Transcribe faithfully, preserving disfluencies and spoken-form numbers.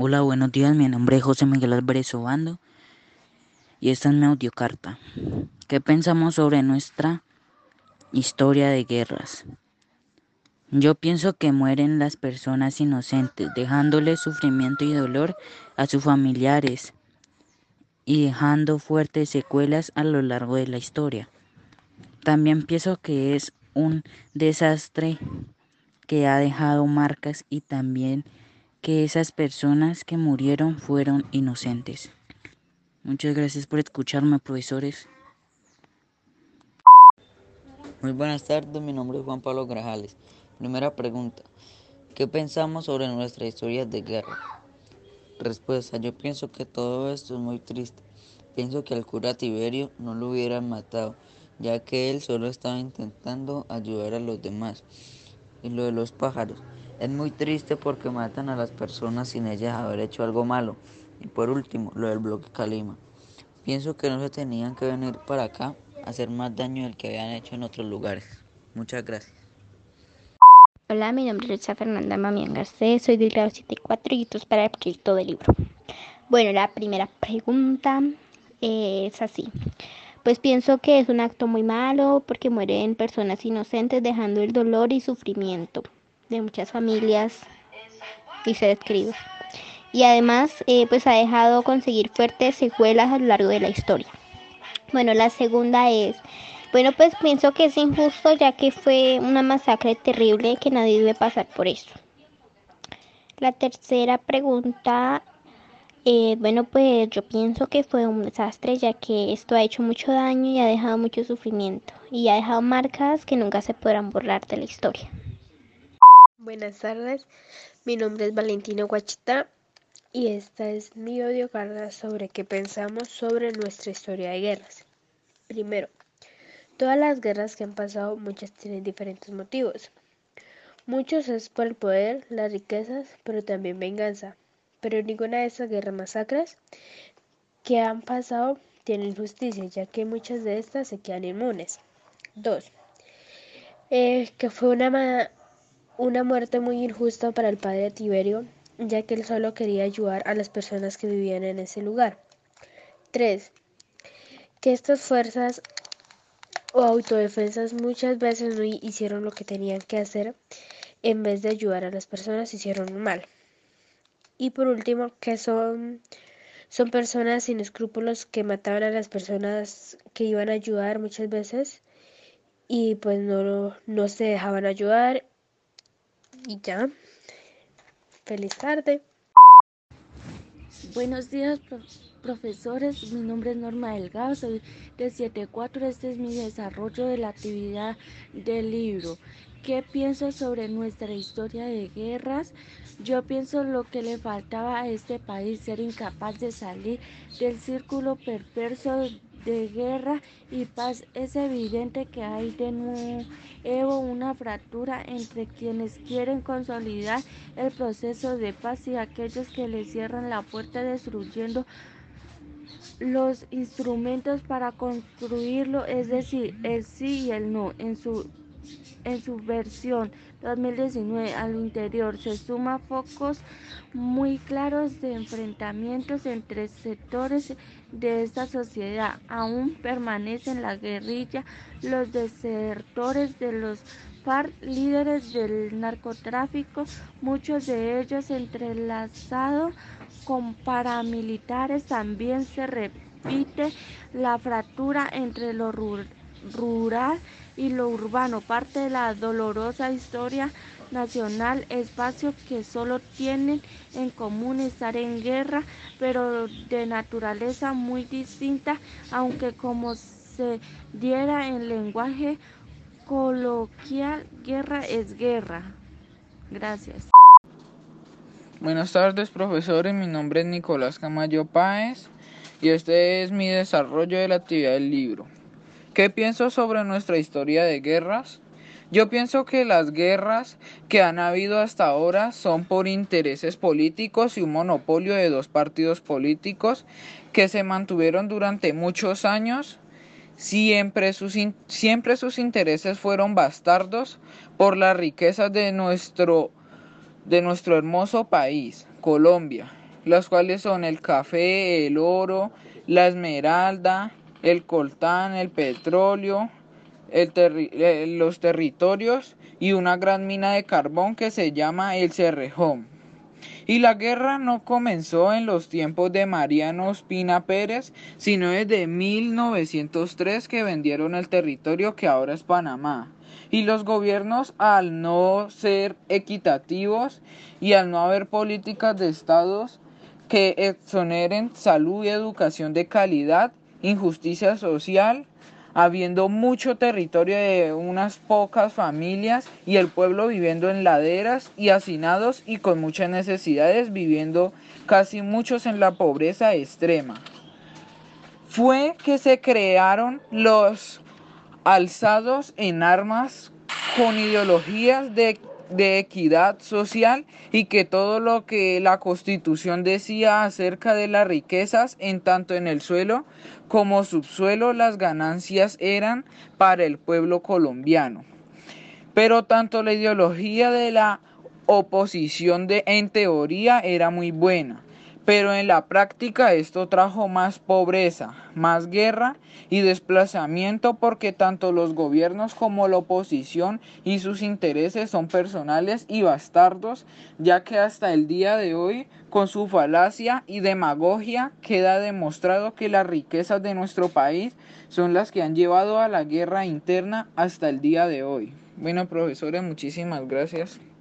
Hola, buenos días, mi nombre es José Miguel Álvarez Obando y esta es mi audiocarta. ¿Qué pensamos sobre nuestra historia de guerras? Yo pienso que mueren las personas inocentes, dejándole sufrimiento y dolor a sus familiares y dejando fuertes secuelas a lo largo de la historia. También pienso que es un desastre que ha dejado marcas y también que esas personas que murieron fueron inocentes. Muchas gracias por escucharme, profesores. Muy buenas tardes, mi nombre es Juan Pablo Grajales. Primera pregunta, ¿qué pensamos sobre nuestra historia de guerra? Respuesta, yo pienso que todo esto es muy triste. Pienso que al cura Tiberio no lo hubieran matado, ya que él solo estaba intentando ayudar a los demás. Y lo de los pájaros, es muy triste porque matan a las personas sin ellas haber hecho algo malo. Y por último, lo del bloque Calima. Pienso que no se tenían que venir para acá a hacer más daño del que habían hecho en otros lugares. Muchas gracias. Hola, mi nombre es Luisa Fernanda Mamián Garcés, soy del grado siete cuatro y esto es para el proyecto de libro. Bueno, la primera pregunta es así. Pues pienso que es un acto muy malo porque mueren personas inocentes dejando el dolor y sufrimiento de muchas familias y seres queridos. Y además, eh, pues ha dejado conseguir fuertes secuelas a lo largo de la historia. Bueno, la segunda es, bueno, pues pienso que es injusto ya que fue una masacre terrible que nadie debe pasar por eso. La tercera pregunta, eh, bueno, pues yo pienso que fue un desastre ya que esto ha hecho mucho daño y ha dejado mucho sufrimiento y ha dejado marcas que nunca se podrán borrar de la historia. Buenas tardes, mi nombre es Valentino Guachita y esta es mi audiocarta sobre qué pensamos sobre nuestra historia de guerras. Primero, todas las guerras que han pasado, muchas tienen diferentes motivos. Muchos es por el poder, las riquezas, pero también venganza. Pero ninguna de estas guerras masacres que han pasado tiene injusticia, ya que muchas de estas se quedan inmunes. Dos, eh, que fue una, ma una muerte muy injusta para el padre de Tiberio, ya que él solo quería ayudar a las personas que vivían en ese lugar. Tres, que estas fuerzas o autodefensas muchas veces no hicieron lo que tenían que hacer, en vez de ayudar a las personas hicieron mal. Y por último, que son, son personas sin escrúpulos que mataban a las personas que iban a ayudar muchas veces y pues no, no se dejaban ayudar y ya. Feliz tarde. Buenos días, profesores. Mi nombre es Norma Delgado, soy de siete cuatro. Este es mi desarrollo de la actividad del libro. ¿Qué pienso sobre nuestra historia de guerras? Yo pienso lo que le faltaba a este país, ser incapaz de salir del círculo perverso de guerra y paz. Es evidente que hay de nuevo una fractura entre quienes quieren consolidar el proceso de paz y aquellos que le cierran la puerta destruyendo los instrumentos para construirlo, es decir, el sí y el no. En su en su versión dos mil diecinueve, al interior se suman focos muy claros de enfrentamientos entre sectores de esta sociedad. Aún permanecen la guerrilla, los desertores de los FARC, líderes del narcotráfico, muchos de ellos entrelazados con paramilitares. También se repite la fractura entre lo rural rural y lo urbano, parte de la dolorosa historia nacional, espacios que solo tienen en común estar en guerra, pero de naturaleza muy distinta, aunque como se diera en lenguaje coloquial, guerra es guerra. Gracias. Buenas tardes, profesores. Mi nombre es Nicolás Camayo Páez y este es mi desarrollo de la actividad del libro. ¿Qué pienso sobre nuestra historia de guerras? Yo pienso que las guerras que han habido hasta ahora son por intereses políticos y un monopolio de dos partidos políticos que se mantuvieron durante muchos años. Siempre sus, in- siempre sus intereses fueron bastardos por las riquezas de nuestro, de nuestro hermoso país, Colombia. las cuales son el café, el oro, la esmeralda, el coltán, el petróleo, el terri- eh, los territorios y una gran mina de carbón que se llama el Cerrejón. Y la guerra no comenzó en los tiempos de Mariano Ospina Pérez, sino desde mil novecientos tres, que vendieron el territorio que ahora es Panamá. Y los gobiernos, al no ser equitativos y al no haber políticas de estados que exoneren salud y educación de calidad, injusticia social, habiendo mucho territorio de unas pocas familias y el pueblo viviendo en laderas y hacinados y con muchas necesidades, viviendo casi muchos en la pobreza extrema. Fue que se crearon los alzados en armas con ideologías de, de equidad social y que todo lo que la Constitución decía acerca de las riquezas, en tanto en el suelo como subsuelo, las ganancias eran para el pueblo colombiano. Pero tanto la ideología de la oposición de, en teoría era muy buena, pero en la práctica esto trajo más pobreza, más guerra y desplazamiento, porque tanto los gobiernos como la oposición y sus intereses son personales y bastardos, ya que hasta el día de hoy, con su falacia y demagogia, queda demostrado que las riquezas de nuestro país son las que han llevado a la guerra interna hasta el día de hoy. Bueno, profesores, muchísimas gracias.